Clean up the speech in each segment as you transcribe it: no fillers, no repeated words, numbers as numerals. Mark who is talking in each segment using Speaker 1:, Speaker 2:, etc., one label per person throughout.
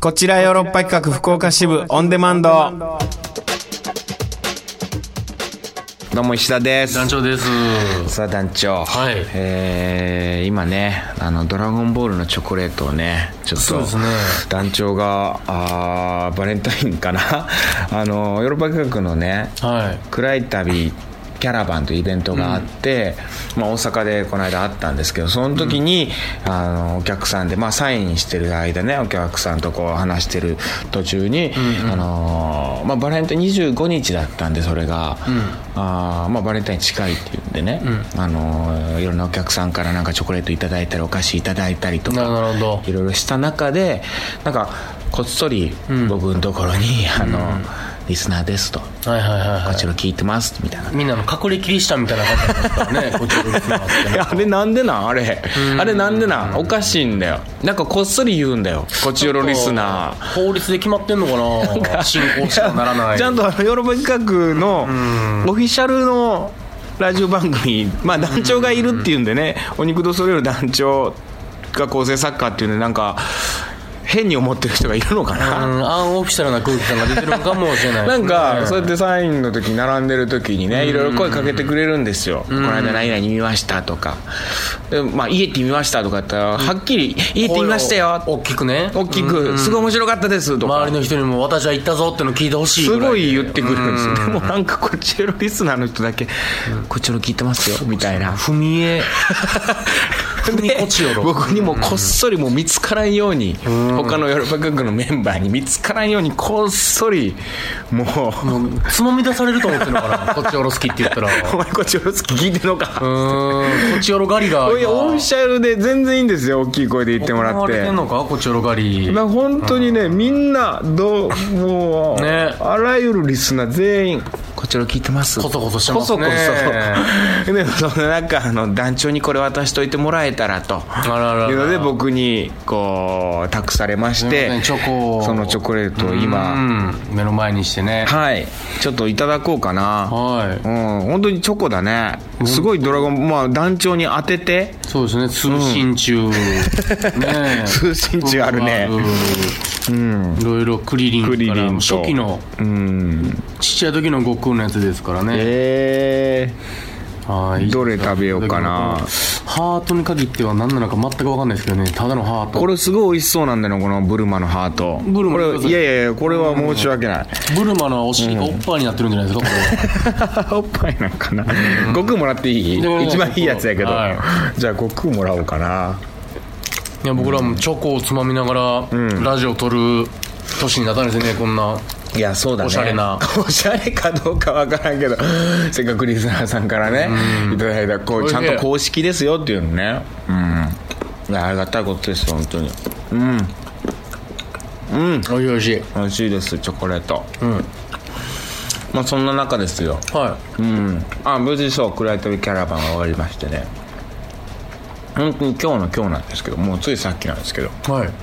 Speaker 1: こちらヨーロッパ企画福岡支部オンデマンド。どうも石田です。
Speaker 2: 団長です。
Speaker 1: さあ団長、
Speaker 2: はい、
Speaker 1: 今ねドラゴンボールのチョコレートをねちょっと
Speaker 2: そうですね、
Speaker 1: 団長がバレンタインかなヨーロッパ企画のね、
Speaker 2: はい、
Speaker 1: 暗い旅キャラバンというイベントがあって、大阪でこの間あったんですけど、その時に、お客さんで、サインしてる間ね、お客さんとこう話してる途中に、バレンタイン25日だったんで、それが、バレンタイン近いっていうんでね、いろんなお客さんからなんかチョコレートいただいたりお菓子いただいたりとかいろいろした中で、なんかこっそり僕のところに、リスナーですと、こちら聞いてますみたいな、
Speaker 2: みんなの隠れキリシタンみたいな感じだったからねこちらリスナーって
Speaker 1: あれなんでなんあれなんでなん、おかしいんだよ。なんかこっそり言うんだよ、こちらリスナー。
Speaker 2: 法律で決まってんのかな進行しかならない。
Speaker 1: ちゃんとヨーロッパ企画のオフィシャルのラジオ番組、団長がいるっていうんでね、お肉とそれより団長が構成作家っていうんで、なんか変に思ってる人がいるのかな、
Speaker 2: アンオフィシャルな空気感が出てるのかもしれないですね。
Speaker 1: なんかそうやってサインの時並んでる時にね、いろいろ声かけてくれるんですよ。この間何々見ましたとかで、家って見ましたとか言ったら、はっきり家って見ましたよ、
Speaker 2: 大きくね、
Speaker 1: 大きく、すごい面白かったですとか、
Speaker 2: 周りの人にも私は行ったぞっての聞いてほしいぐらい
Speaker 1: すごい言ってくるんですよ。でもなんかこっちのリスナーの人だけ、こっちの聞いてますよみたいな、
Speaker 2: 踏み絵
Speaker 1: 僕にもこっそりもう見つからんように、他のヨーロッパ企画のメンバーに見つからんようにこっそりもう
Speaker 2: つまみ出されると思ってるのかなこっちおろ好きって言ったら
Speaker 1: お前こっちおろ好き聞いてんのか、
Speaker 2: こっちおろ狩りが
Speaker 1: オフィシャルで全然いいんですよ、大きい声で言ってもらって。行われてん
Speaker 2: のかこっちおろ狩り。
Speaker 1: 本当にね、みんなもう、ね、あらゆるリスナー全員こちら聞いてます、
Speaker 2: コソコソしてますね。
Speaker 1: コソでそのなんか団長にこれ渡しといてもらえたらというので、僕にこう託されまして、そのチョコレートを今
Speaker 2: 目の前にしてね、
Speaker 1: はい、ちょっといただこうかな。
Speaker 2: はい、
Speaker 1: 本当にチョコだね、すごいドラゴン、団長に当てて。そうですね、
Speaker 2: 通信中、
Speaker 1: 通信中あるね、
Speaker 2: いろいろクリリンから初期のちっちゃい時の悟空のやつですからね。
Speaker 1: どれ食べようかな。
Speaker 2: ハートに限っては何なのか全く分かんないですけどね、ただのハート。
Speaker 1: これすごい美味しそうなんだよ、このブルマのハート。これいやこれは申し訳ない。
Speaker 2: ブルマのお尻がおっぱいになってるんじゃないですか、これ
Speaker 1: おっぱいなんかな。悟空もらっていい？一番いいやつやけど、じゃあ悟空もらおうかな。
Speaker 2: いや僕らもチョコをつまみながらラジオを撮る年になったんですね、こんな。
Speaker 1: いやそうだね、
Speaker 2: おしゃれな、
Speaker 1: おしゃれかどうかわからんけど、せっかくリスナーさんからねいただいたこうちゃんと公式ですよっていうのね、いやありがたいことですよ本当に。
Speaker 2: おいしい
Speaker 1: 美味しいです、チョコレート。そんな中ですよ。無事そう暗い旅キャラバンが終わりましてね、本当に今日なんですけど、もうついさっきなんですけど、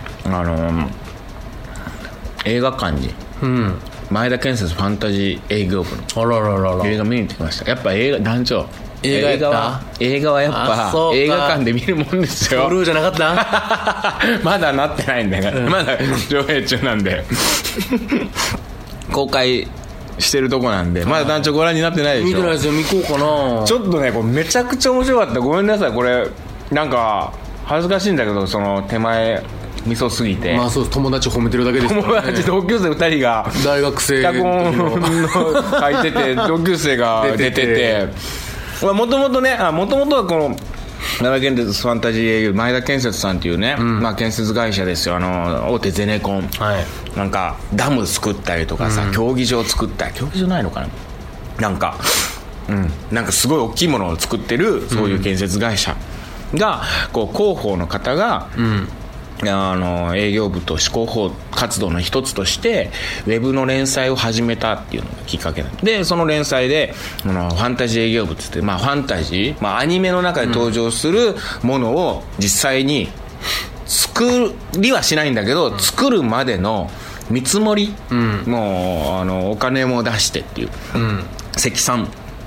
Speaker 1: 映画館に前田建設ファンタジー営業部の映画見に行ってきました。やっぱ映画、団長映画はやっぱ映画館で見るもんですよ。
Speaker 2: ブルーじゃなかった
Speaker 1: まだなってないんだから、まだ上映中なんで公開してるとこなんで、まだ団長ご覧になってないでしょ。
Speaker 2: 見てないですよ、見こうかな。
Speaker 1: ちょっとねこれめちゃくちゃ面白かった。ごめんなさい、これなんか恥ずかしいんだけど、その手前味噌すぎて、
Speaker 2: そうです、友達褒めてるだけですからね。
Speaker 1: 友達同級生2人が
Speaker 2: 大学生
Speaker 1: 脚本の書いてて同級生が出てて、もともとはこの奈良建設ファンタジー営業前田建設さんっていうね、建設会社ですよ。大手ゼネコン、なんかダム作ったりとかさ、競技場作ったり、競技場ないのかな、なんかすごい大きいものを作ってる、そういう建設会社がこう広報の方が、営業部として広報活動の一つとしてウェブの連載を始めたっていうのがきっかけなんで、その連載でファンタジー営業部って言って、ファンタジー、アニメの中で登場するものを実際に作りはしないんだけど、作るまでの見積もり、もうお金も出してっていう、積算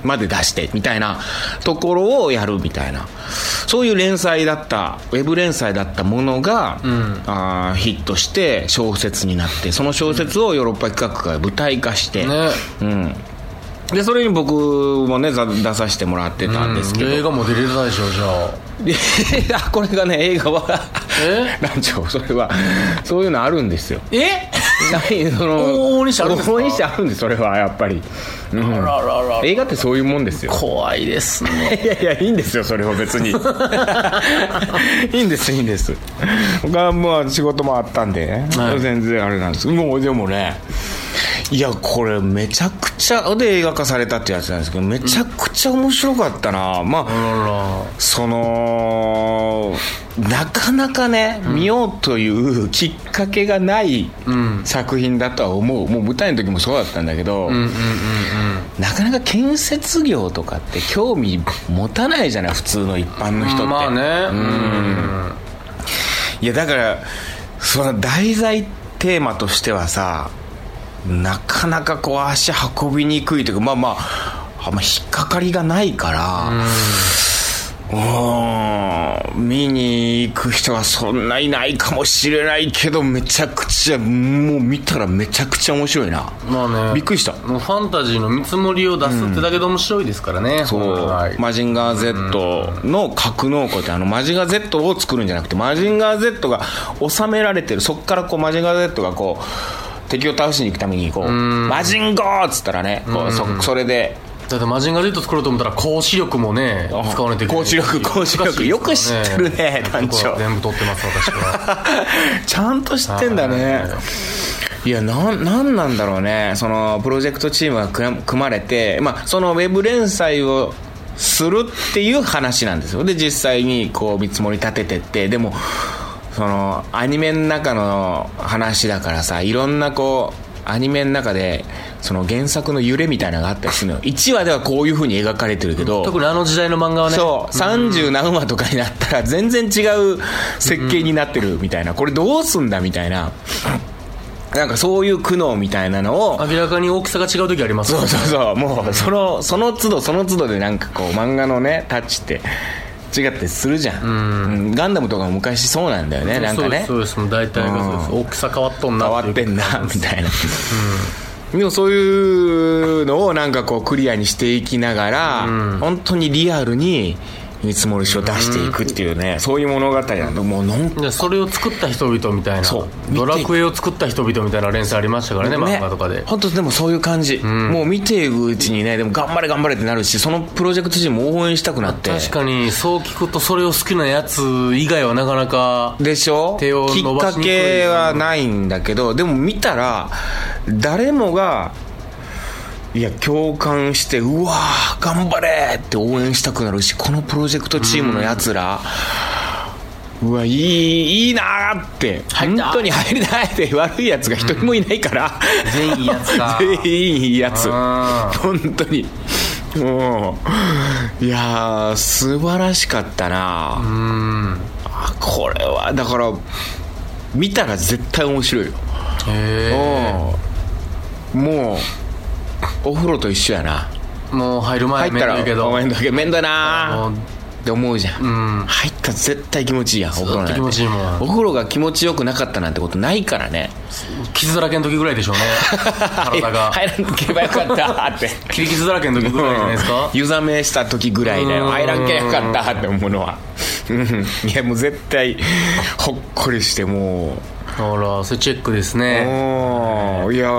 Speaker 1: まで出してみたいなところをやるみたいな、そういう連載だった、ウェブ連載だったものが、ヒットして小説になって、その小説をヨーロッパ企画が舞台化して、でそれに僕もね出させてもらってたんですけど、
Speaker 2: 映画も出れたでしょ。じゃ
Speaker 1: あこれがね、映画は団長、それはそういうのあるんですよ。
Speaker 2: 往々にしてあるんですか？
Speaker 1: 往々にしてあるんです、それはやっぱり、映画ってそういうもんですよ。
Speaker 2: 怖いですね。
Speaker 1: いやいいんですよ、それは別にいいんです僕はまあ仕事もあったんで、全然あれなんですけど、もうでもね、いやこれめちゃくちゃで映画化されたってやつなんですけど、めちゃくちゃ面白かったな。まあそのなかなかね、見ようというきっかけがない作品だとは思う。もう舞台の時もそうだったんだけど、なかなか建設業とかって興味持たないじゃない、普通の一般の人って。
Speaker 2: まあね、
Speaker 1: いやだからその題材テーマとしてはさ、なかなかこう足運びにくいというか、あんま引っかかりがないから、見に行く人はそんないないかもしれないけど、めちゃくちゃもう見たらめちゃくちゃ面白いな。びっくりした。
Speaker 2: もうファンタジーの見積もりを出すってだけで面白いですからね。
Speaker 1: そう、マジンガー Z の格納庫って、マジンガー Z を作るんじゃなくて、マジンガー Z が収められてる、そこからこうマジンガー Z がこう敵を倒しに行くためにこう、マジンゴーっつったらね、こうそれで
Speaker 2: だってマジンガー Z 作ろうと思ったら光子力もね使われてくる。
Speaker 1: 光子力よく知ってるね、団長。
Speaker 2: 全部取ってます私は
Speaker 1: ちゃんと知ってんだね。いやなんなんだろうね、そのプロジェクトチームが組まれて、そのウェブ連載をするっていう話なんですよ。で実際にこう見積もり立ててって、でもそのアニメの中の話だからさ、いろんなこうアニメの中でその原作の揺れみたいなのがあったりするのよ。1話ではこういう風に描かれてるけど、
Speaker 2: 特にあの時代の漫画はね、
Speaker 1: そう30何話とかになったら全然違う設計になってるみたいな、これどうすんだみたいな、なんかそういう苦悩みたいなのを、
Speaker 2: 明らかに大きさが違う時ありますよね。
Speaker 1: そうもうその都度でなんかこう漫画のねタッチって違ってするじゃん、ガンダムとかも昔そうなんだよね、なんかね。
Speaker 2: そうです、大体がそうです。大きさ変わっとんな、
Speaker 1: 変わってんなみたいな、でもそういうのをなんかこうクリアにしていきながら、本当にリアルに見積もり書を出していくっていうね、そういう物語なんだ。もうなんか
Speaker 2: それを作った人々みたいな、ドラクエを作った人々みたいな連載ありましたからね、漫画とかで。
Speaker 1: 本当でもそういう感じ、もう見ていくうちにね、でも頑張れってなるし、そのプロジェクトチームを応援したくなって。
Speaker 2: 確かにそう聞くと、それを好きなやつ以外はなかなか
Speaker 1: でしょ、
Speaker 2: 手を伸ばしにくい。
Speaker 1: きっかけはないんだけど、でも見たら誰もがいや共感して、うわー頑張れって応援したくなるし、このプロジェクトチームのやつら、うわいいなーって、本当に入りたいって悪いやつが一人もいないから、
Speaker 2: 全員いいやつか
Speaker 1: 全員いいやつ、本当にもういやー素晴らしかったな。これはだから見たら絶対面白いよ。もうお風呂と一緒やな。
Speaker 2: もう入る前
Speaker 1: 入ったら面倒なって思うじゃ
Speaker 2: ん、
Speaker 1: 入ったら絶対気持ちいいやん、お風呂なんて。
Speaker 2: 気持ちいいもん。
Speaker 1: お風呂が気持ちよくなかったなんてことないからね。
Speaker 2: 傷だらけの時ぐらいでしょうね体が
Speaker 1: 入らんけばよかったって
Speaker 2: 切り傷だらけの時ぐらいじゃないですか
Speaker 1: 湯冷めした時ぐらいだよ、入らんけばよかったって思うのは。いやもう絶対ほっこりして、もう
Speaker 2: ほらそれチェックですね。
Speaker 1: いや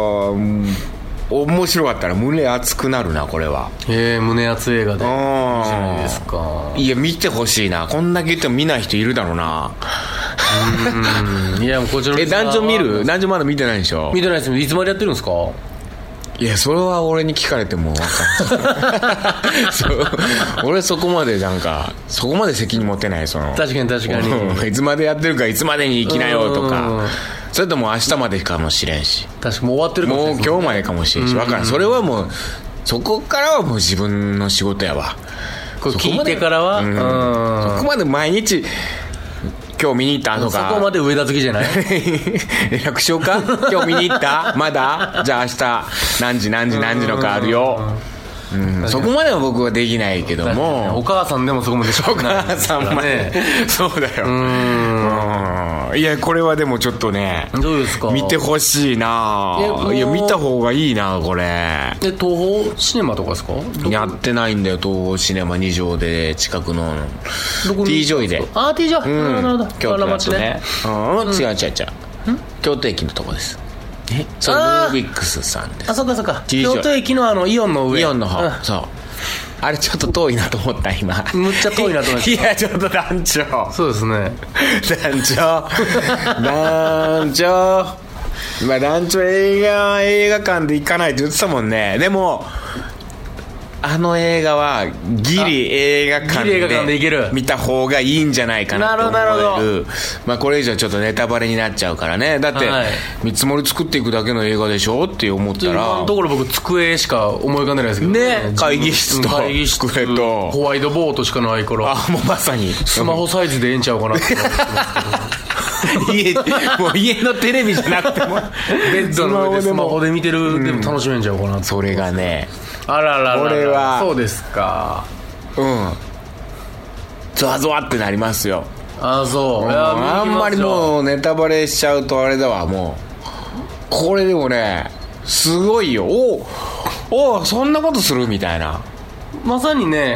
Speaker 1: 面白かったら胸熱くなるな、これは。
Speaker 2: 胸熱映画でいいじゃないですか。
Speaker 1: いや見てほしいな、こんだけ言っても見ない人いるだろうな。
Speaker 2: いやこちら
Speaker 1: 団長見る？団長まだ見てないでしょ。
Speaker 2: 見てないです。いつまでやってるんですか？
Speaker 1: いやそれは俺に聞かれても分かんない俺そこまでなんかそこまで責任持てない。その
Speaker 2: 確かに
Speaker 1: いつまでやってるか、いつまでに行きなよとか、それとも明日までかもしれんし、
Speaker 2: 確かもう終わってるかもしれん、
Speaker 1: もう今日までかもしれんし、分からん。それはもうそこからはもう自分の仕事やわ。
Speaker 2: これ聞いてからは
Speaker 1: そこまで毎日今日見に行ったとか、
Speaker 2: そこまで上田好きじゃない
Speaker 1: 楽勝か今日見に行ったまだじゃあ明日何時のカードよ。 そこまでは僕はできないけども、
Speaker 2: お母さんでもそこまでしょうがない、
Speaker 1: お母さんまでそうだよ。いやこれはでもちょっとね、
Speaker 2: どうですか、
Speaker 1: 見てほしいな。いや見た方がいいなこれ。
Speaker 2: 東宝シネマとかですか？
Speaker 1: やってないんだよ、東宝シネマ2条で近くの T ジョイで。
Speaker 2: T ジョイ、なるほど。
Speaker 1: 京都だとね、違う京都駅のとこです。それムービックスさんです。
Speaker 2: そうか京都駅のイオンの上、
Speaker 1: イオンの方、そう、あれちょっと遠いなと思った今。
Speaker 2: むっちゃ遠いなと思った。
Speaker 1: いやちょっと団長、
Speaker 2: そうですね、
Speaker 1: 団長まあ団長映画館で行かないって言ってたもんね。でもあの映画はギリ映画館で
Speaker 2: 行ける、
Speaker 1: 見た方がいいんじゃないかなと思える。まあこれ以上ちょっとネタバレになっちゃうからね。だって見積もり作っていくだけの映画でしょって思ったら、
Speaker 2: 今のところ僕机しか思い浮かんでないですけど
Speaker 1: ね。会議室と机と
Speaker 2: ホワイトボードしかないから、
Speaker 1: もうまさに
Speaker 2: スマホサイズでええんちゃうかなって思ってますけど
Speaker 1: もう家のテレビじゃなくても
Speaker 2: ベッドの上でスマホで見てるでも楽しめんちゃうかなって。
Speaker 1: それがね、
Speaker 2: あららら、
Speaker 1: 俺は
Speaker 2: そうですか、
Speaker 1: ゾワゾワってなりますよ。
Speaker 2: そう、
Speaker 1: あんまりもうネタバレしちゃうとあれだわ。もうこれでもねすごいよ。おそんなことするみたいな。
Speaker 2: まさにね、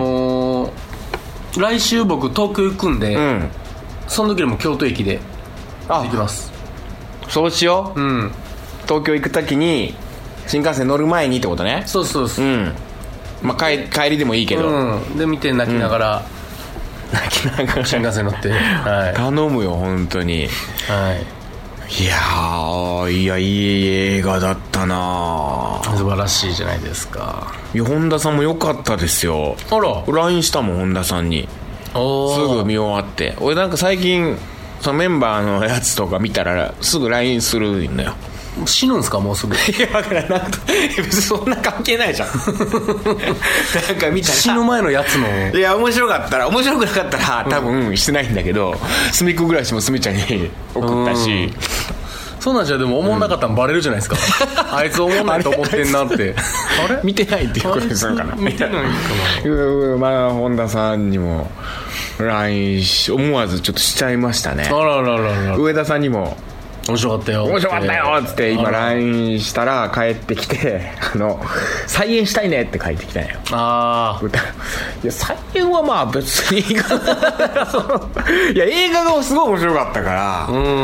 Speaker 2: 来週僕東京行くんで、その時でも京都駅で行きます。
Speaker 1: そうしよう、東京行く時に新幹線乗る前にってことね。
Speaker 2: そう
Speaker 1: まあ、帰りでもいいけど、
Speaker 2: で見て泣きながら、新幹線乗って、
Speaker 1: 頼むよ本当に。いやいい映画だったな。
Speaker 2: 素晴らしいじゃないですか。
Speaker 1: いや本田さんも良かったですよ。
Speaker 2: あら
Speaker 1: LINE したもん本田さんに。すぐ見終わって。俺なんか最近そのメンバーのやつとか見たらすぐ LINE するんだよ。
Speaker 2: 死ぬんすかもうすぐ。い
Speaker 1: やだからなんか別にそんな関係ないじゃんなんか見たら
Speaker 2: 死ぬ前のやつの、
Speaker 1: いや面白くなかったら多分してないんだけど、隅っこ暮らしもすみちゃんに送ったし、
Speaker 2: そうなんじゃ。でも思んなかったらバレるじゃないですか、あいつ思んないと思ってんなってあれ
Speaker 1: 見てないっていうことにするかな。
Speaker 2: 見てないか
Speaker 1: な。まあ本田さんにも LINE 思わずちょっとしちゃいましたね。上田さんにも
Speaker 2: 面白かったよ
Speaker 1: っつって今 LINE したら帰ってきて再演したいねって帰ってきたんよ。いや再演はまあ別にいや映画がすごい面白かったから。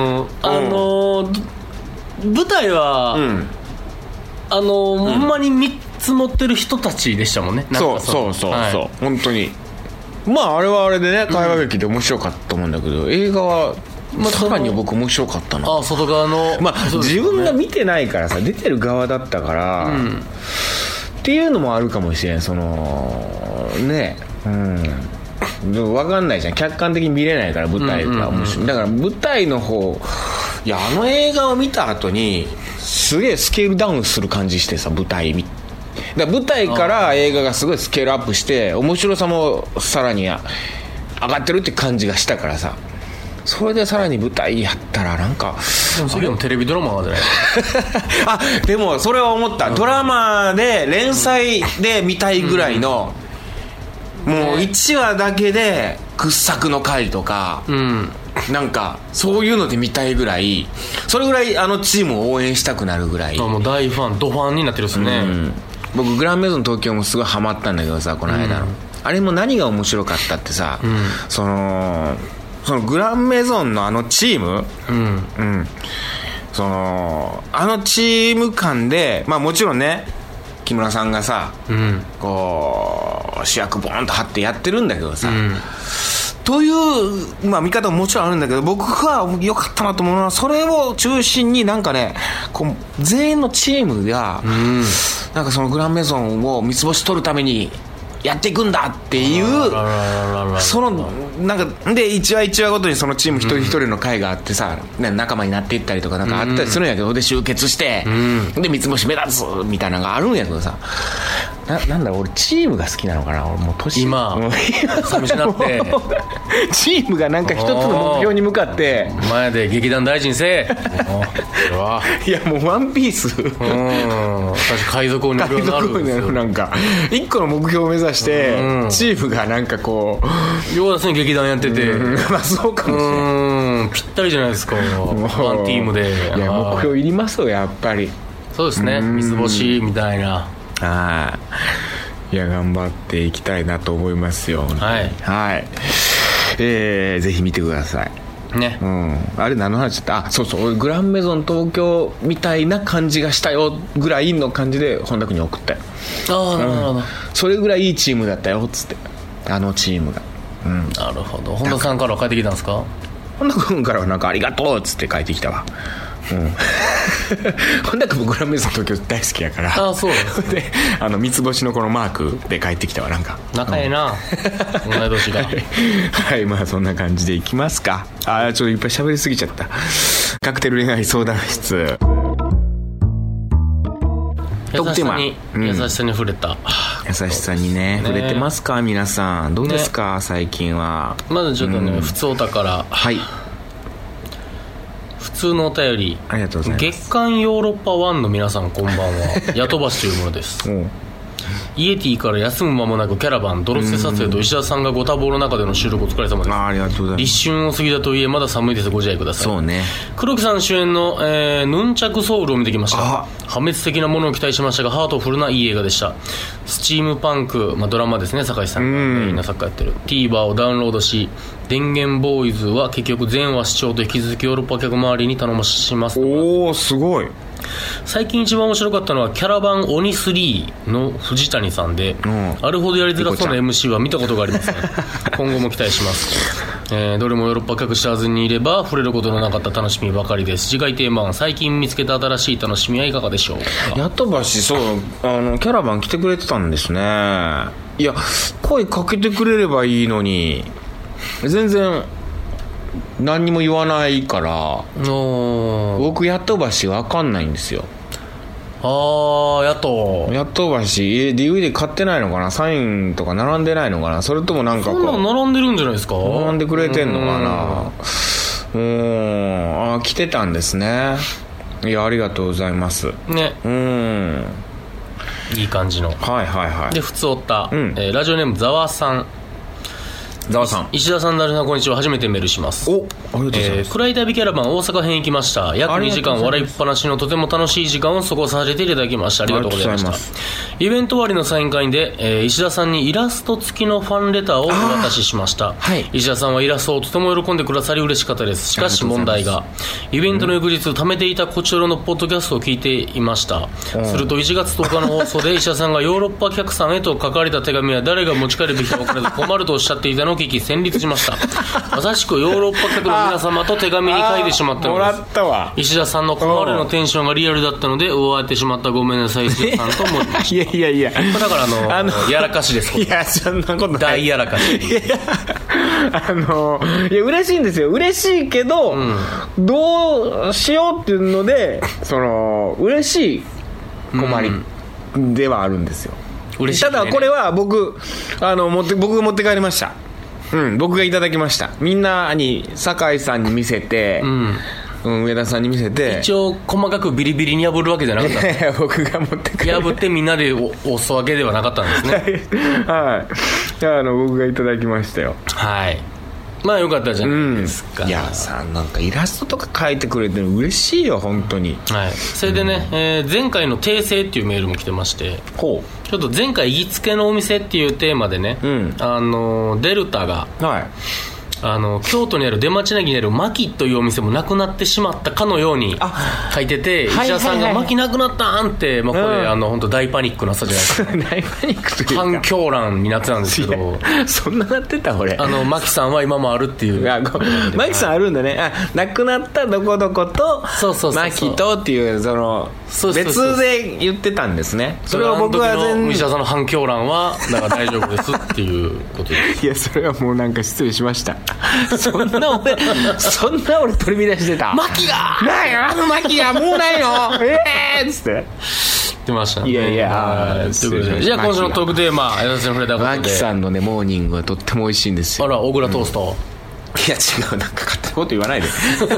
Speaker 2: 舞台は、ほんまに3つ持ってる人たちでしたもんね。
Speaker 1: そう本当に。まああれはあれでね会話劇で面白かったと思うんだけど、映画はさらに僕面白かったな。
Speaker 2: 外側の、
Speaker 1: 自分が見てないからさ、出てる側だったから、っていうのもあるかもしれん。そのね、でも分かんないじゃん、客観的に見れないから舞台が面白い。だから舞台の方、いやあの映画を見た後にすげえスケールダウンする感じしてさ、舞台から映画がすごいスケールアップして面白さもさらに上がってるって感じがしたからさ、それでさらに舞台やったらなんか
Speaker 2: でもそれもテレビドラマじゃない
Speaker 1: でもそれは思った、ドラマで連載で見たいぐらいの、もう1話だけで掘削の回とか、なんかそういうので見たいぐらい、それぐらいあのチームを応援したくなるぐらい。
Speaker 2: もう大ファン、ドファンになってるっすね。
Speaker 1: 僕グランメゾン東京もすごいハマったんだけどさ、この間の、あれも何が面白かったってさ、そのグランメゾンのあのチーム、あのチーム間で、まあもちろんね木村さんがさ、こう主役ボーンと張ってやってるんだけどさ、という、まあ、見方ももちろんあるんだけど、僕が良かったなと思うのはそれを中心になんかね、こう全員のチームが、なんかそのグランメゾンを三つ星取るためにやっていくんだっていう、そのなんかで1話1話ごとにそのチーム一人一人の会があってさ、仲間になっていったりとかなんかあったりするんやけど、で集結して、で三つ星目立つみたいなのがあるんやけどさ、 なんだろう、俺チームが好きなのかな。俺もう年
Speaker 2: 今寂しくなって
Speaker 1: チームがなんか一つの目標に向かって
Speaker 2: 前で劇団大臣せえ
Speaker 1: いやもうワンピース
Speaker 2: 私海賊王になるんですよ。
Speaker 1: なんか一個の目標を目指してチームがなんかこ
Speaker 2: う要はですね劇団やってて
Speaker 1: まあそうかもしれない。
Speaker 2: ぴったりじゃないですかワンチームで。
Speaker 1: いや目標いりますよやっぱり。
Speaker 2: そうですね三つ星みたいな。
Speaker 1: いや頑張っていきたいなと思いますよ。
Speaker 2: はい
Speaker 1: はい、ぜひ見てください
Speaker 2: ね。
Speaker 1: あれ何の話だった。そうそう、俺グランメゾン東京みたいな感じがしたよぐらいの感じで本田君に送ったよ。
Speaker 2: なるほど、
Speaker 1: それぐらいいいチームだったよっつって、あのチームが。
Speaker 2: なるほど。本田さんからは帰ってきたんですか。
Speaker 1: 本田君からはなんかありがとうっつって帰ってきたわ。本田君もグランメゾン東京大好きやから。
Speaker 2: そうで
Speaker 1: 三つ星のこのマークで帰ってきたわ。なんか
Speaker 2: 仲ええな、同い年が
Speaker 1: はい、まあそんな感じでいきますか。ちょっといっぱい喋りすぎちゃった。カクテル恋愛相談室。
Speaker 2: 優しさに、優しさに触れた。
Speaker 1: 優しさにね触れてますか皆さん。どうですか、最近は。
Speaker 2: まずちょっとね、普通お宝。
Speaker 1: はい、
Speaker 2: 普通のお便り。
Speaker 1: ありがとうございます。
Speaker 2: 月刊ヨーロッパ1の皆さんこんばんはヤトバシというものですイエティから休む間もなくキャラバンドロッセ撮影と石田さんがご多忙の中での収録お疲れ様です。
Speaker 1: ありがとうございます。
Speaker 2: 立春を過ぎたといえまだ寒いです。ご自愛ください。
Speaker 1: そうね。
Speaker 2: 黒木さん主演の、ヌンチャクソウルを見てきました。破滅的なものを期待しましたがハートフルないい映画でした。スチームパンク、ドラマですね。坂井さんがメインの作家やってる TVer をダウンロードし、電源ボーイズは結局全話視聴と引き続きヨーロッパ客周りに頼まします。
Speaker 1: おーすごい。
Speaker 2: 最近一番面白かったのはキャラバンオニ3の藤谷さんで、あるほどやりづらそうな MC は見たことがありません今後も期待します。どれもヨーロッパ客知らずにいれば触れることのなかった楽しみばかりです。次回テーマは最近見つけた新しい楽しみはいかがでしょうか。
Speaker 1: やっとばし、そうキャラバン来てくれてたんですね。いや声かけてくれればいいのに全然何にも言わないから僕やっとばし分かんないんですよ。やっとばし DVD 買ってないのかな。サインとか並んでないのかな。それともなんかこう
Speaker 2: そんなん並んでるんじゃないですか。
Speaker 1: 並んでくれてんのかな。来てたんですね。いやありがとうございます
Speaker 2: ね。いい感じの。
Speaker 1: はいはいはい。
Speaker 2: で普通おった、ラジオネームざわさん。
Speaker 1: ざわさん、
Speaker 2: 石田さん、成田さん、こんにちは。初めてメールします。
Speaker 1: お、ありがとうございます。
Speaker 2: 暗い旅キャラバン大阪編行きました。約2時間笑いっぱなしのとても楽しい時間を過ごさせていただきました。ありがとうございました。イベント終わりのサイン会で、石田さんにイラスト付きのファンレターをお渡ししました。石田さんはイラストをとても喜んでくださり嬉しかったです。しかし問題が、イベントの翌日貯めていたこちらのポッドキャストを聞いていました。すると1月10日の放送で石田さんがヨーロッパ客さんへと書かれた手紙は誰が持ち帰るべきか分からず困るとおっしゃっていたのを聞き戦慄しました。まさしくヨーロッパ客の皆様と手紙に書いてしまったのです。もらったわ。石田さんの困るのテンションがリアルだったので奪われてしまった。ごめんなさい石田さんと思いました。
Speaker 1: いや
Speaker 2: だからやらかしです。
Speaker 1: いやそんなことない。
Speaker 2: 大やらかし。いや
Speaker 1: 嬉しいんですよ。嬉しいけど、どうしようっていうので嬉しい困りではあるんですよ。嬉しいね。ただこれは僕が持って帰りました。僕がいただきました。みんなに酒井さんに見せて、上田さんに見せて、
Speaker 2: 一応細かくビリビリに破るわけじゃなかったんです。
Speaker 1: 僕が持って帰る
Speaker 2: 破ってみんなで押すわけではなかったんですね。
Speaker 1: はい、僕がいただきましたよ。
Speaker 2: はい、まあよかったじゃないですか。
Speaker 1: いやさ、なんかイラストとか描いてくれてるの嬉しいよ本当に。
Speaker 2: はい、それでね、前回の訂正っていうメールも来てまして、ちょっと前回行きつけのお店っていうテーマでね、デルタが、京都にある出町なぎにあるマキというお店もなくなってしまったかのように書いてて、石田さんがマキなくなったんって、これ本当大パニックなさじゃないですか。
Speaker 1: 大パニックというか
Speaker 2: 反響欄になってたんですけど、
Speaker 1: そんななってた俺。
Speaker 2: マキさんは今もあるっていう。
Speaker 1: マキさんあるんだね。なくなったどこどことマキとっていう別で言ってたんですね。それは僕は
Speaker 2: 石田さんの反響欄はだから大丈夫ですっていうことです。
Speaker 1: いやそれはもうなんか失礼しました。そんな俺取り乱してた。
Speaker 2: マキが
Speaker 1: ないよ、マキがもうないのっつって。
Speaker 2: てましたね。
Speaker 1: いやいや、
Speaker 2: ということで、じゃあ今週のトークテーマ、優しさに触れたことで、
Speaker 1: マキさんのねモーニングはとっても美味しいんですよ。
Speaker 2: あら、小倉トースト、
Speaker 1: いや違う、なんか勝手なこと言わないで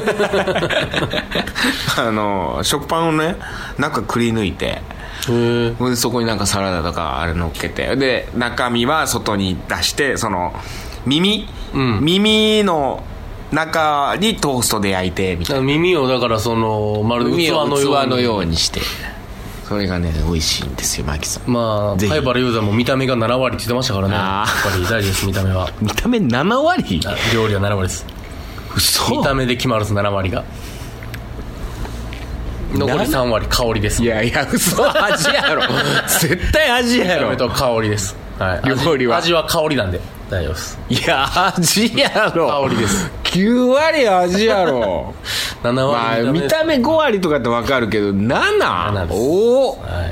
Speaker 1: 食パンをね中くり抜いて、そこになんかサラダとかあれ乗っけて、で中身は外に出して、その耳の中にトーストで焼いてみたいな。
Speaker 2: 耳をだからそのまるで器
Speaker 1: のようにして、それがね美味しいんですよ、マキさん。
Speaker 2: まあ灰原雄山も見た目が7割って言ってましたからね。やっぱり大事です、見た目は。
Speaker 1: 見た目7割？
Speaker 2: 料理は7割です。
Speaker 1: 嘘。
Speaker 2: 見た目で決まるです、7割が。残り3割香りです。
Speaker 1: いやいや、嘘。味やろ絶対味やろ。
Speaker 2: 見た目と香りです、はい、
Speaker 1: 料理は
Speaker 2: 味は香りなんで大丈夫です。
Speaker 1: いや味やろ。
Speaker 2: 香りです。
Speaker 1: 9割味やろ
Speaker 2: 7割、
Speaker 1: まあ、見た目5割とかって分かるけど 7です。おお、はい、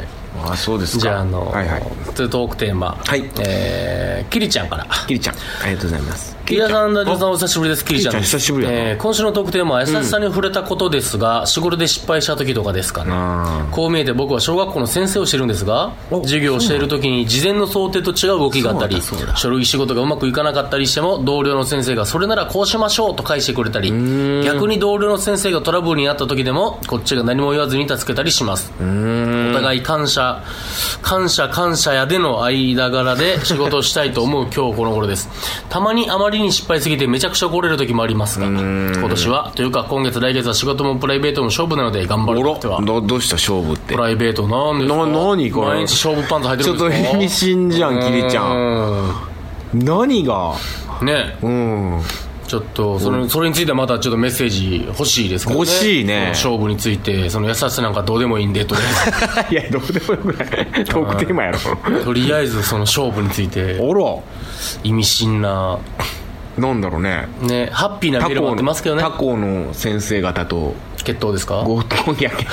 Speaker 1: あ、そうですか。
Speaker 2: じゃあ
Speaker 1: はいはい、
Speaker 2: トークテーマ、はい、キリちゃんから。
Speaker 1: キリちゃん、ありがとうございます。
Speaker 2: キリさん、ダジョさんお久しぶりです。キリちゃんです。
Speaker 1: 久しぶりやな。
Speaker 2: 今週のトークテーマは優しさに触れたことですが、仕事で失敗した時とかですかね。こう見えて僕は小学校の先生をしてるんですが、授業をしている時に事前の想定と違う動きがあったり、書類仕事がうまくいかなかったりしても、同僚の先生がそれならこうしましょうと返してくれたり、逆に同僚の先生がトラブルにあった時でもこっちが何も言わずに助けたりします。お互い感謝やでの間柄で仕事をしたいと思う今日この頃です。たまにあまりに失敗すぎてめちゃくちゃ怒れる時もありますが、今年はというか今月来月は仕事もプライベートも勝負なので頑張るっては。
Speaker 1: どうした勝負って。
Speaker 2: プライベートなんですか。
Speaker 1: 何これ。
Speaker 2: 毎日勝負パンツ履いてるんですか。
Speaker 1: ちょっと意味深じゃん、キリちゃん。何が
Speaker 2: ね、ちょっとそれについてはまたちょっとメッセージ欲しいですけどね。
Speaker 1: 欲しいね。
Speaker 2: 勝負について、その優しさなんかどうでもいいんでとりあえず
Speaker 1: いやどうでもよくないトークテーマやろ
Speaker 2: とりあえずその勝負について意味深な、
Speaker 1: なんだろうね、
Speaker 2: ハッピーなメール待ってますけどね。
Speaker 1: 他校の先生方と
Speaker 2: 決闘ですか。
Speaker 1: 合コンやけ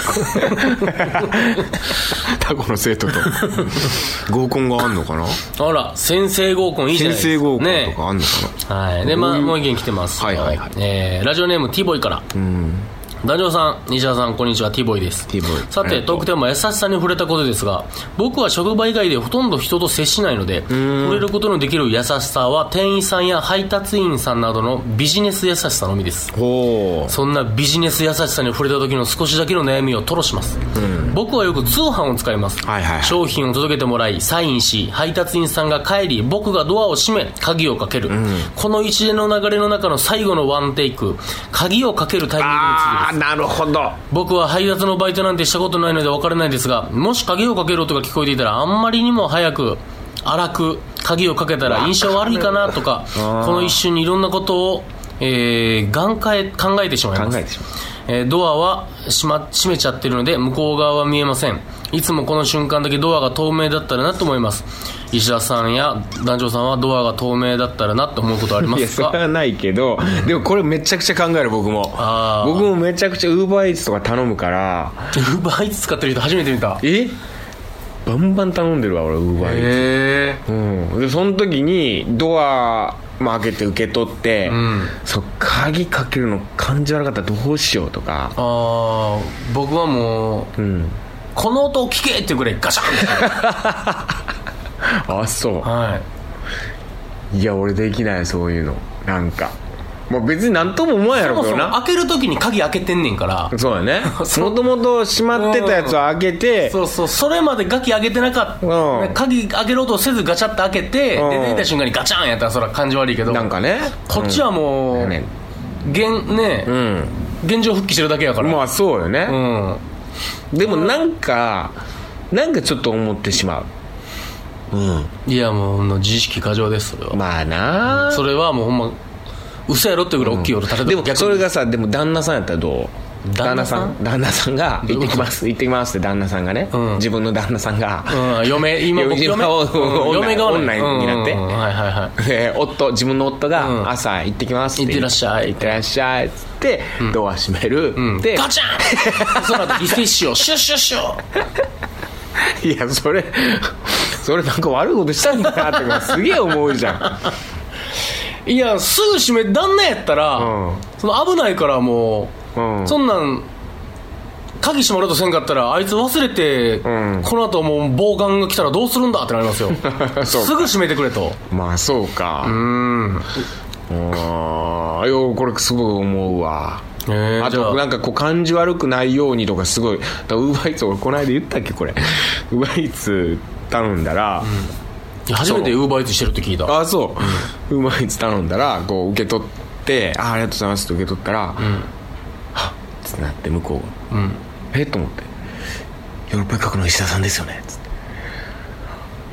Speaker 1: 他校の生徒と合コンがあんのかな。
Speaker 2: あら、先生合コンいいじゃないですか。
Speaker 1: 先生合コンとかあんのかな、
Speaker 2: はい。で、もう一件来てます。
Speaker 1: はいはいはい。
Speaker 2: ラジオネーム T ボーイから。ダジョさん、西田さん、こんにちは。 T ボーイです。
Speaker 1: T ボーイ。
Speaker 2: さて、トークテーマは優しさに触れたことですが、僕は職場以外でほとんど人と接しないので、触れることのできる優しさは店員さんや配達員さんなどのビジネス優しさのみです。そんなビジネス優しさに触れた時の少しだけの悩みを吐露します。僕はよく通販を使います。商品を届けてもらいサインし、配達員さんが帰り、僕がドアを閉め鍵をかける、この一連の流れの中の最後のワンテイク、鍵をかけるタイミングについてです。
Speaker 1: なるほど。
Speaker 2: 僕は配達のバイトなんてしたことないので分からないんですが、もし鍵をかける音が聞こえていたら、あんまりにも早く荒く鍵をかけたら印象悪いかなとか、この一瞬にいろんなことを、考えてしまいます。ドアは閉めちゃってるので向こう側は見えません。いつもこの瞬間だけドアが透明だったらなと思います。石田さんや団長さんはドアが透明だったらなと思うことありますか。
Speaker 1: いやそれはないけど、でもこれめちゃくちゃ考える。僕もめちゃくちゃウーバーイーツとか頼むから。
Speaker 2: ウーバーイーツ使ってる人初めて見た。
Speaker 1: バンバン頼んでるわ俺、ウーバーイーツ。でその時にドア開けて受け取って、鍵かけるの感じ悪かったらどうしようとか。
Speaker 2: 僕はもう、この音を聞けってぐらいガシャン
Speaker 1: あ、そう。いや俺できない、そういうの。なんかもう別になんとも思わんやろうけどな。
Speaker 2: 開けるときに鍵開けてんねんから。
Speaker 1: そうだね。もともと閉まってたやつを開けて、
Speaker 2: それまでガキ開けてなかった、鍵開ける音をせずガチャッと開けて、で出てきた瞬間にガチャンやったらそれは感じ悪いけど、
Speaker 1: なんかね、
Speaker 2: こっちはもう、現状復帰してるだけやから。
Speaker 1: まあそうよね。でもなんかちょっと思ってしまう。
Speaker 2: いやもう自意識過剰です、それは。
Speaker 1: まあな、
Speaker 2: それはもうほんま嘘やろってぐらい大きい音立てて、
Speaker 1: でもそれがさ、でも旦那さんやったらどう。旦那さんが行ってきますって旦那さんがね、自分の旦那さんが、
Speaker 2: 嫁が
Speaker 1: 女になって、自分の夫が朝行ってきますって、
Speaker 2: 行ってらっしゃい
Speaker 1: 行ってらっしゃいっつってドア閉める、
Speaker 2: でガチャンその後リセッシュをシュッシュッシュ
Speaker 1: いやそれなんか悪いことしたんだなってすげえ思うじゃん。
Speaker 2: いやすぐ閉め、旦那やったら、その危ないからもう、そんなん鍵閉まるとせんかったらあいつ忘れて、この後もう暴漢が来たらどうするんだってなりますよすぐ閉めてくれと。
Speaker 1: まあそうか。これすごい思うわ。あとなんかこう感じ悪くないようにとかすごい。ウーバーイーツ、俺この間言ったっけこれ。ウーバーイーツ頼んだら、
Speaker 2: 初めてウーバーイーツしてるって聞いた。
Speaker 1: そう、ウーバーイーツ頼んだらこう受け取ってありがとうございますって受け取ったら、はっってなって向こうが、と思って、ヨーロッパ企画の石田さんですよねつって、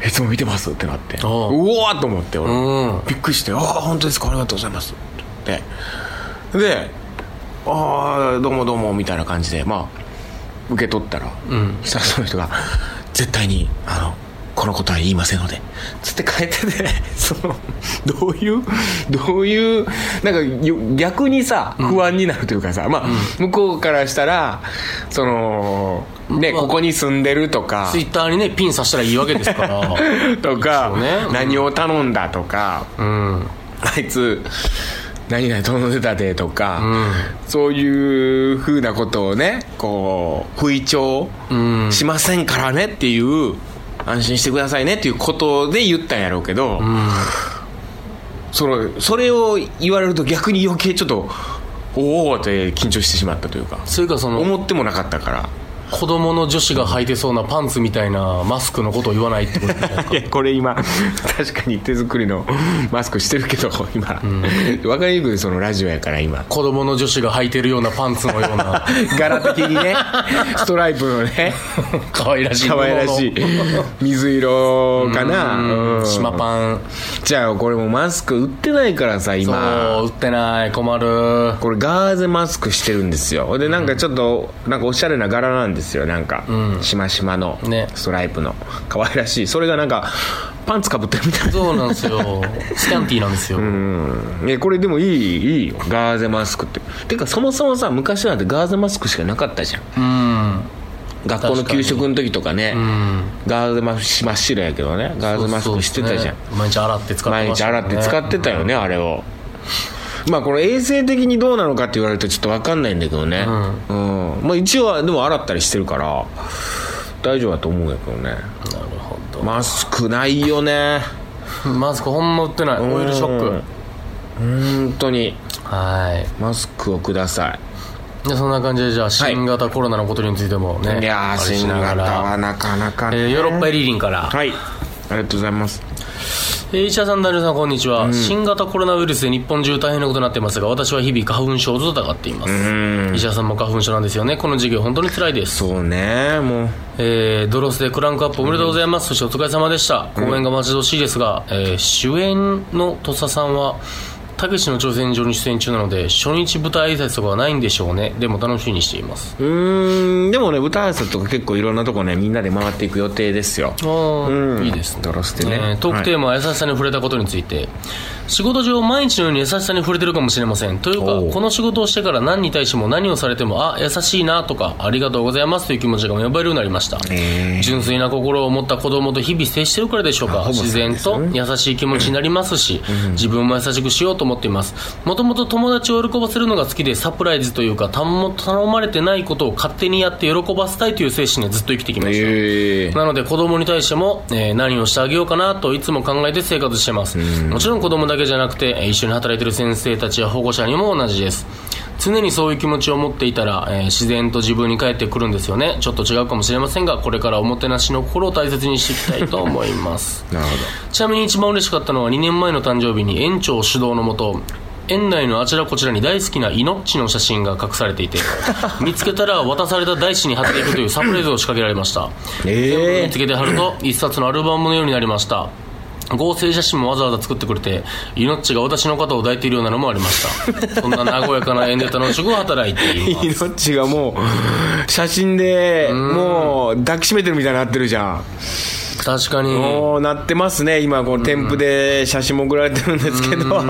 Speaker 1: いつも見てますってなって、うわーと思って俺、びっくりして、本当ですかありがとうございますって言って、でどうもどうもみたいな感じで受け取ったら、そしたらその人が絶対にこのことは言いませんのでつって書いててどういうなんか逆にさ不安になるというかさ、向こうからしたらここに住んでるとか
Speaker 2: ツイッターにねピンさせたらいいわけですから
Speaker 1: とか、何を頼んだとか、あいつ何々頼んでたでとか、そういうふうなことをねこう吹聴しませんからねっていう、安心してくださいねっていうことで言ったんやろうけど、それを言われると逆に余計ちょっとおおって緊張してしまったというか、
Speaker 2: それか
Speaker 1: 思ってもなかったから、
Speaker 2: 子供の女子が履いてそうなパンツみたいなマスクのことを言わないってことじゃないですか。
Speaker 1: いやこれ今確かに手作りのマスクしてるけど今、分かりにくいそのラジオやから今
Speaker 2: 子供の女子が履いてるようなパンツのような
Speaker 1: 柄的にねストライプのね
Speaker 2: 可愛らしい
Speaker 1: 水色かな、
Speaker 2: 島パン。
Speaker 1: じゃあこれもマスク売ってないからさ今。
Speaker 2: そう売ってない、困る。
Speaker 1: これガーゼマスクしてるんですよ。でなんかちょっとなんかおしゃれな柄なんですよ。なんかしましまのストライプの可愛らしい、それがなんかパンツかぶってるみたいな。
Speaker 2: そうなんですよスキャンティーなんですよ。
Speaker 1: これでもいいよガーゼマスクって。てかそもそもさ昔なんてガーゼマスクしかなかったじゃん。学校の給食の時とかね、ガーゼマスク真っ白やけどね、ガーゼマスクしてたじゃん。
Speaker 2: 毎日洗って使ってましたね。
Speaker 1: 毎日洗って使ってたよね、あれを。これ衛生的にどうなのかって言われるとちょっと分かんないんだけどね、一応はでも洗ったりしてるから大丈夫だと思うんだけどね。なる
Speaker 2: ほど。
Speaker 1: マスクないよね。
Speaker 2: マスクほんま売ってない。オイルショック。
Speaker 1: 本当に。
Speaker 2: はい。
Speaker 1: マスクをください。
Speaker 2: そんな感じでじゃあ新型コロナのことについてもね、
Speaker 1: いや新型はなかなか、
Speaker 2: ヨーロッパエリリンから、
Speaker 1: はい、ありがとうございます。
Speaker 2: 石田さん、ダニエルさん、こんにちは。新型コロナウイルスで日本中大変なことになっていますが、私は日々花粉症と戦っています。石田さんも花粉症なんですよね。この授業本当に辛いです。
Speaker 1: そうね、も
Speaker 2: うドロスでクランクアップおめでとうございます。そしてお疲れ様でした。公演が待ち遠しいですが、主演の土佐さんはたけしの挑戦状に出演中なので初日舞台挨拶とかはないんでしょうね。でも楽しみにしています。
Speaker 1: でもね舞台挨拶とか結構いろんなとこねみんなで回っていく予定ですよ。
Speaker 2: いいですね。
Speaker 1: ドロスでね、
Speaker 2: トークテーマは優しさに触れたことについて、仕事上毎日のように優しさに触れてるかもしれません。というかこの仕事をしてから何に対しても何をされても優しいなとかありがとうございますという気持ちが芽生えるようになりました。純粋な心を持った子供と日々接してるからでしょうか。自然と優しい気持ちになりますし、自分も優しくしようと思っています。もともと友達を喜ばせるのが好きで、サプライズというか頼まれてないことを勝手にやって喜ばせたいという精神でずっと生きてきました。なので子供に対しても、何をしてあげようかなといつも考えて生活しています。もちろん子供だけじゃなくて、一緒に働いている先生たちや保護者にも同じです。常にそういう気持ちを持っていたら、自然と自分に返ってくるんですよね。ちょっと違うかもしれませんが、これからおもてなしの心を大切にしていきたいと思います
Speaker 1: なるほど。
Speaker 2: ちなみに一番嬉しかったのは2年前の誕生日に園長主導のもと園内のあちらこちらに大好きなイノッチの写真が隠されていて見つけたら渡された台紙に貼っていくというサプライズを仕掛けられました。全部見つけて貼ると一冊のアルバムのようになりました。合成写真もわざわざ作ってくれて、イノッチが私の肩を抱いているようなのもありましたそんな和やかな園で楽しく働いています。
Speaker 1: イノッチがもう写真でもう抱きしめてるみたいになってるじゃん。
Speaker 2: 確かに
Speaker 1: なってますね。今こう添付で写真も送られてるんですけど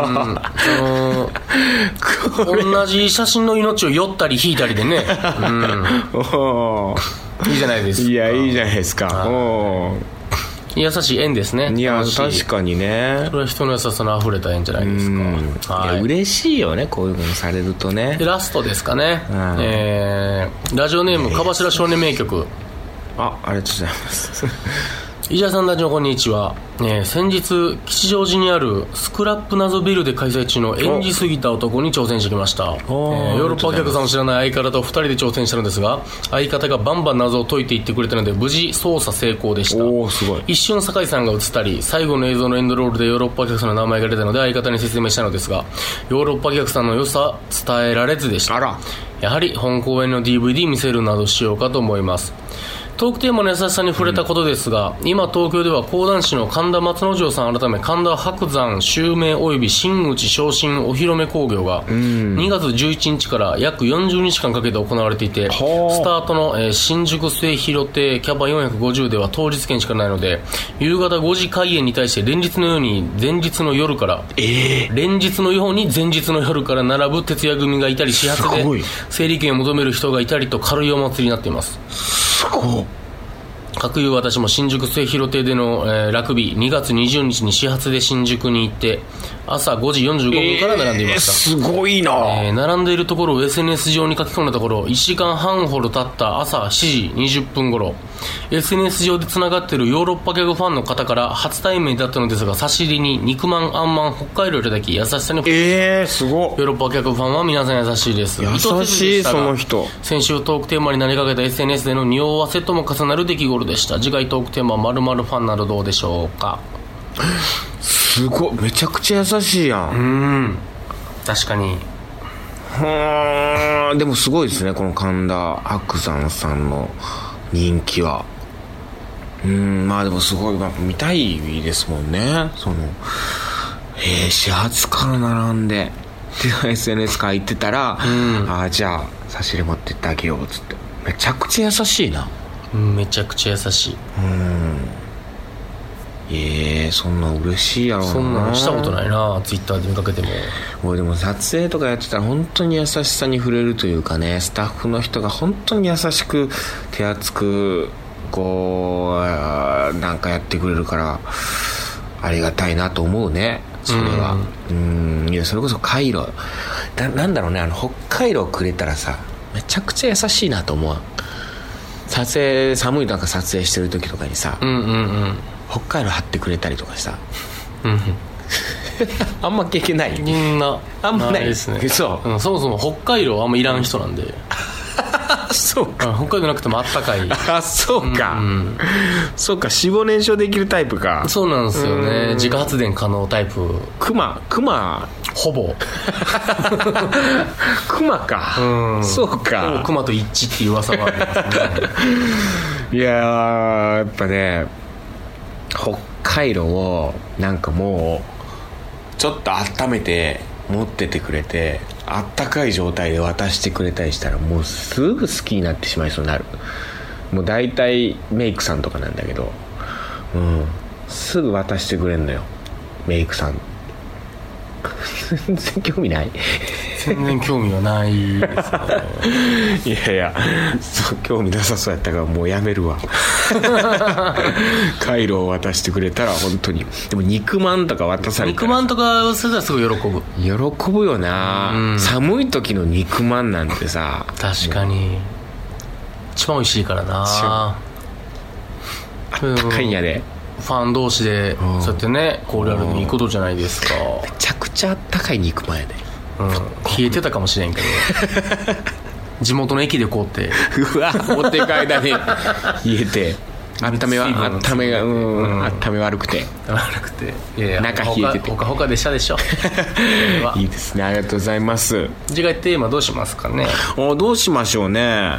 Speaker 2: 同じ写真の命を寄ったり引いたりでね、いいじゃないですか。
Speaker 1: いやいいじゃないですか。
Speaker 2: 優しい縁ですね。
Speaker 1: いや確かにね、
Speaker 2: これは人の優しさの溢れた縁じゃないですか。
Speaker 1: いや嬉しいよね、こういうのされるとね。
Speaker 2: でラストですかね、ラジオネームかばしら少年名曲。
Speaker 1: ありがとうございます
Speaker 2: 石田さん、ラジオこんにちは。先日吉祥寺にあるスクラップ謎ビルで開催中の演じすぎた男に挑戦してきました。ヨーロッパお客さんを知らない相方と2人で挑戦したのですが、相方がバンバン謎を解いていってくれたので無事操作成功でした。
Speaker 1: すごい。
Speaker 2: 一瞬酒井さんが映ったり、最後の映像のエンドロールでヨーロッパお客さんの名前が出たので相方に説明したのですが、ヨーロッパお客さんの良さ伝えられずでした。やはり本公演の DVD 見せるなどしようかと思います。トークテーマの優しさに触れたことですが、今東京では講談師の神田松之丞さん改め神田伯山襲名及び真打ち昇進お披露目興行が2月11日から約40日間かけて行われていて、スタートの、新宿末広亭キャパ450では当日券しかないので、夕方5時開演に対して連日のように前日の夜から並ぶ徹夜組がいたり、始発で整理券を求める人がいたりと軽いお祭りになっています。
Speaker 1: すごい。
Speaker 2: 各有私も新宿末広亭での、ラグビー2月20日に始発で新宿に行って朝5時45分から並んでいました。
Speaker 1: すごいな。
Speaker 2: 並んでいるところを SNS 上に書き込んだところ、1時間半ほど経った朝7時20分頃 SNS 上でつながっているヨーロッパギャグファンの方から初対面だったのですが、差し入れに肉まんあんまん北海道いただき、優しさに
Speaker 1: すごい。
Speaker 2: ヨーロッパギャグファンは皆さん優しいです。
Speaker 1: 優しい。その人
Speaker 2: 先週トークテーマになりかけた SNS での匂わせとも重なる出来事でした。次回トークテーマは〇〇ファンなどどうでしょうか。
Speaker 1: すごい、めちゃくちゃ優しいやん。
Speaker 2: 確かに。
Speaker 1: でもすごいですね、この神田伯山さんの人気は。まあでもすごい、見たいですもんね。始発から並んでで SNS 書いてたら、じゃあ差し入れ持ってってあげようっつって。めちゃくちゃ優しいな。
Speaker 2: めちゃくちゃ優しい。
Speaker 1: そんな嬉しいやろうな。
Speaker 2: そんなのしたことないな、ツイッターで見かけても。
Speaker 1: 俺でも撮影とかやってたら本当に優しさに触れるというかね、スタッフの人が本当に優しく手厚くなんかやってくれるからありがたいなと思うね、それは。いやそれこそカイロなんだろうね、北海道くれたらさ、めちゃくちゃ優しいなと思う。撮影、寒い中撮影してる時とかにさ、北海道貼ってくれたりとかさ、あんま経験ない。あんまないですね。
Speaker 2: そもそも北海道あんまいらん人なんで
Speaker 1: そうか、
Speaker 2: 北海道なくてもあったかい。
Speaker 1: そうか、そうか、脂肪燃焼できるタイプか。
Speaker 2: そうなんですよね、自家発電可能タイプ。クマほぼ
Speaker 1: クマか、そうか、
Speaker 2: クマと一致っていう噂がありますね
Speaker 1: いややっぱね、北海道をなんかもうちょっと温めて持っててくれて、あったかい状態で渡してくれたりしたらもうすぐ好きになってしまいそうになる。もう大体メイクさんとかなんだけど、すぐ渡してくれんのよ、メイクさん。全然興味ない。
Speaker 2: 全然興味はないですね。
Speaker 1: いやそう、興味なさそうやったからもうやめるわ。カイロを渡してくれたら本当に。でも肉まんとか渡されたら、
Speaker 2: 肉まんとか渡されたらすごい
Speaker 1: 喜ぶよな、寒い時の肉まんなんてさ。確
Speaker 2: かに一番美味しいからな。
Speaker 1: あったかいんやで。
Speaker 2: ファン同士でそうやってね、交流あるのにいいことじゃないですか。
Speaker 1: めちゃくちゃあったかい肉まんやで。
Speaker 2: 冷えてたかもしれんけど地元の駅で凍って
Speaker 1: 持っていく間に冷えて、温め悪くて中冷えてて、
Speaker 2: ほかほかでしたでしょ
Speaker 1: いいですね、ありがとうございます。
Speaker 2: 次回テーマどうしますかね。
Speaker 1: どうしましょうね。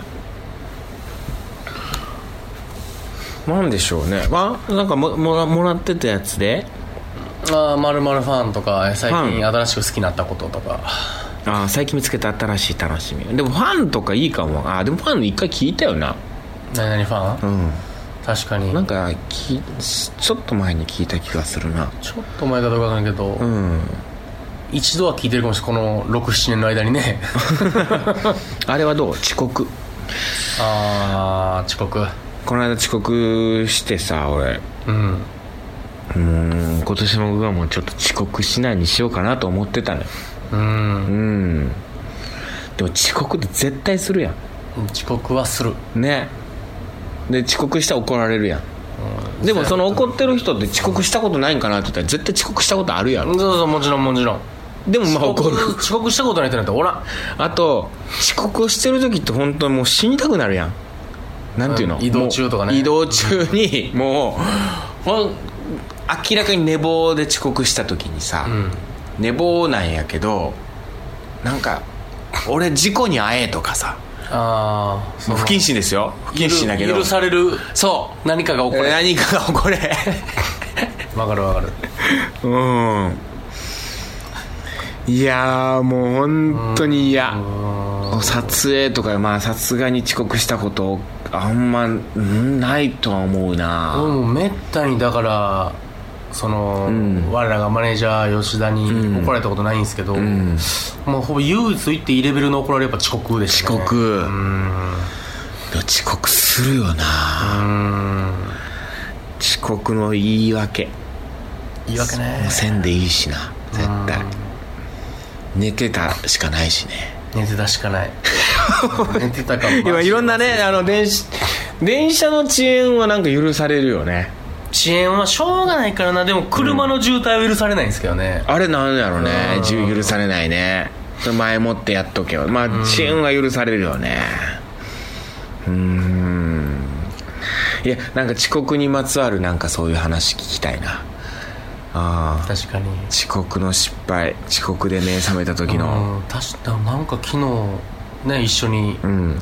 Speaker 1: なんでしょうね。なんかもらってたやつで、
Speaker 2: 〇〇ファンとか、最近新しく好きになったこととか、
Speaker 1: 最近見つけた新しい楽しみ。でもファンとかいいかも。でもファン一回聞いたよな。
Speaker 2: 何ファン？確かに。
Speaker 1: なんかちょっと前に聞いた気がするな。
Speaker 2: ちょっと前かどうかわかんないけど、一度は聞いてるかもしれない、この 6,7 年の間にね。
Speaker 1: あれはどう？遅刻。
Speaker 2: 遅刻。
Speaker 1: この間遅刻してさ俺、今年も僕はもうちょっと遅刻しないにしようかなと思ってたのよ。でも遅刻って絶対するやん。
Speaker 2: 遅刻はする
Speaker 1: ね。で遅刻したら怒られるやん。でもその怒ってる人って遅刻したことないんかなって言ったら絶対遅刻したことあるやろ。
Speaker 2: そうもちろん
Speaker 1: でもまあ怒る。
Speaker 2: 遅刻したことないってなったらおらん。
Speaker 1: あと遅刻してる時って本当にもう死にたくなるやん。なんていうの、
Speaker 2: 移動中とかね。
Speaker 1: 移動中にもう明らかに寝坊で遅刻した時にさ、寝坊なんやけどなんか俺事故に遭えとかさ、もう不謹慎ですよ。不謹慎だけど
Speaker 2: 許される。
Speaker 1: そう
Speaker 2: 何かが起これわかる
Speaker 1: いやーもう本当に嫌。撮影とかまあさすがに遅刻したことあんまないとは思うな。
Speaker 2: もうめったにだからその、我らがマネージャー吉田に怒られたことないんですけど、もうほぼ唯一言っていいレベルの怒られやっぱ遅刻ですね。
Speaker 1: 遅刻遅刻するよな。遅刻の言い訳
Speaker 2: ね。
Speaker 1: せんでいいしな絶対。寝てたしかないしね。
Speaker 2: 寝てたかも。
Speaker 1: 今いろんなね電車の遅延はなんか許されるよね。
Speaker 2: 遅延はしょうがないからな。でも車の渋滞は許されないんですけどね。
Speaker 1: あれなんやろね。許されないね。前もってやっとけよ。まあ遅延は許されるよね。いやなんか遅刻にまつわるなんかそういう話聞きたいな。
Speaker 2: 確かに
Speaker 1: 遅刻の失敗、遅刻で目覚めた時の。
Speaker 2: 確かなんか昨日ね一緒に、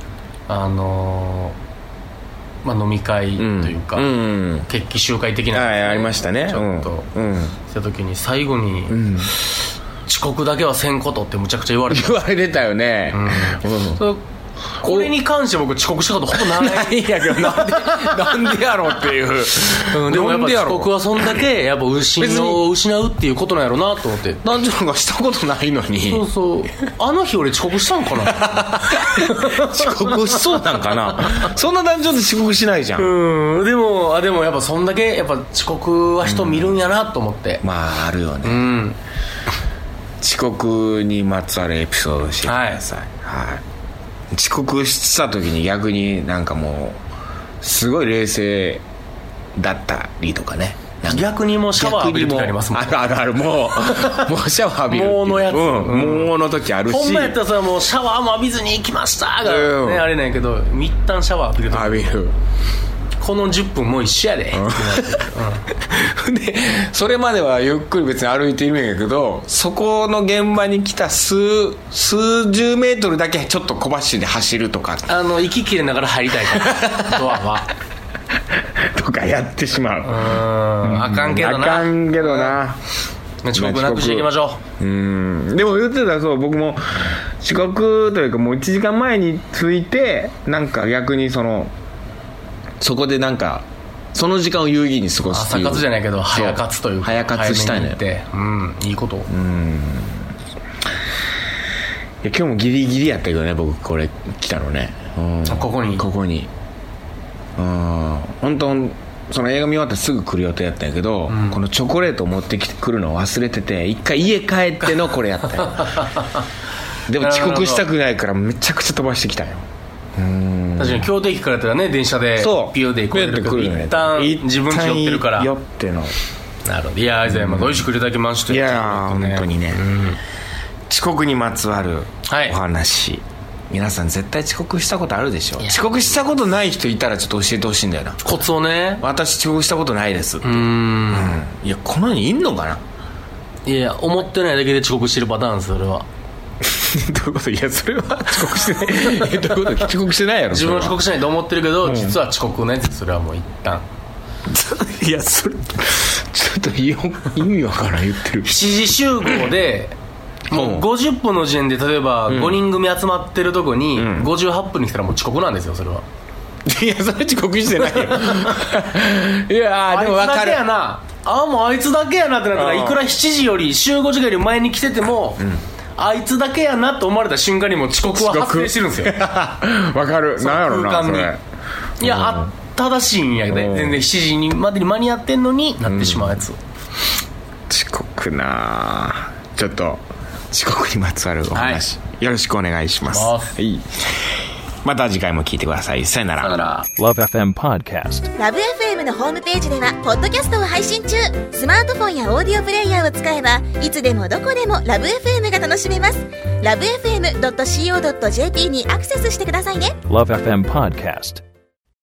Speaker 2: まあ、飲み会というか、決起集会的な、
Speaker 1: ありましたね。
Speaker 2: ちょっとした時に最後に、遅刻だけはせんことってむちゃくちゃ言われて
Speaker 1: たよね。
Speaker 2: これに関して僕遅刻したことほぼない
Speaker 1: んやけどなんでやろっていう、
Speaker 2: でもやっぱ遅刻はそんだけやっぱ失うっていうことなんやろなと思って。
Speaker 1: なんていうのかしたことないのに。
Speaker 2: そうあの日俺遅刻したんかな
Speaker 1: 遅刻しそうなんかな。そんな単純で遅刻しないじゃん。
Speaker 2: でもやっぱそんだけやっぱ遅刻は人見るんやなと思って、
Speaker 1: まああるよね。遅刻にまつわるエピソードを教えてください。遅刻した時に逆になんかもうすごい冷静だったりとかね。
Speaker 2: 逆にもうシャワー浴びる時ありますもん。
Speaker 1: あるもうシャワー浴びる
Speaker 2: もうのやつ、
Speaker 1: もうの時あるし、
Speaker 2: ほんまやったらそれはもうシャワーも浴びずに行きましたが、ねあれないけど一旦シャワー浴びる時
Speaker 1: 浴びる。
Speaker 2: この10分もう一緒やで、
Speaker 1: でそれまではゆっくり別に歩いているんやけど、そこの現場に来た数十メートルだけちょっと小走りで走るとか、
Speaker 2: 息切れながら入りたいからドアは
Speaker 1: とかやってしまう。
Speaker 2: あかんけどな。遅刻なくしていきましょう。
Speaker 1: でも言ってたらそう、僕も遅刻というかもう1時間前に着いて、なんか逆にそこでなんかその時間を有意義に過ごすっていう。
Speaker 2: 朝活じゃないけど早活というか、
Speaker 1: 早活したいね。
Speaker 2: いいこと。い
Speaker 1: や今日もギリギリやったけどね、僕これ来たのね。
Speaker 2: ここに
Speaker 1: 本当その映画見終わってすぐ来る予定やったんやけど、このチョコレートを持ってくるのを忘れてて、一回家帰ってのこれやったよでも遅刻したくないからめちゃくちゃ飛ばしてきたよ。
Speaker 2: 確かに京都駅からやったらね、電車でピューで行くけど、一旦自分ち寄ってるから
Speaker 1: 寄っての。
Speaker 2: なるほど。いやありがとうございます。美味しくいただきまして。
Speaker 1: いや本当にね、遅刻にまつわるお話、皆さん絶対遅刻したことあるでしょ。遅刻したことない人いたらちょっと教えてほしいんだよな、
Speaker 2: コツをね。
Speaker 1: 私遅刻したことないですって。いやこの世にいんのかな。
Speaker 2: いや思ってないだけで遅刻してるパターンです、それは
Speaker 1: どういうこと。いやそれは遅刻してないどういうこと。遅刻してないやろ。
Speaker 2: 自分は遅刻しないと思ってるけど、実は遅刻のやつ。それはもう一旦
Speaker 1: いやそれちょっと意味わからん言ってる。
Speaker 2: 7時集合でもう50分の時点で例えば5人組集まってるとこに58分に来たらもう遅刻なんですよ、それは。
Speaker 1: いやそれ遅刻してないよいやでも分かる。あいつだけやな、
Speaker 2: もうあいつだけやなってなったら、いくら7時より集合時間より前に来てても、あいつだけやなと思われた瞬間にもう遅刻は発生してるんですよ
Speaker 1: 分かる。なんやろなそれ。
Speaker 2: いやあっ正しいんやけど、全然7時にまでに間に合ってんのになってしまうやつ、
Speaker 1: 遅刻な。ちょっと遅刻にまつわるお話、よろしくお願いします。はい、また次回も聞いてください。さよなら。
Speaker 2: さよなら。
Speaker 3: LoveFM Podcast。
Speaker 4: ラブ FM のホームページではポッドキャストを配信中。スマートフォンやオーディオプレイヤーを使えばいつでもどこでもラブ FM が楽しめます。ラブ FM.co.jp にアクセスしてくださいね。
Speaker 3: LoveFM Podcast。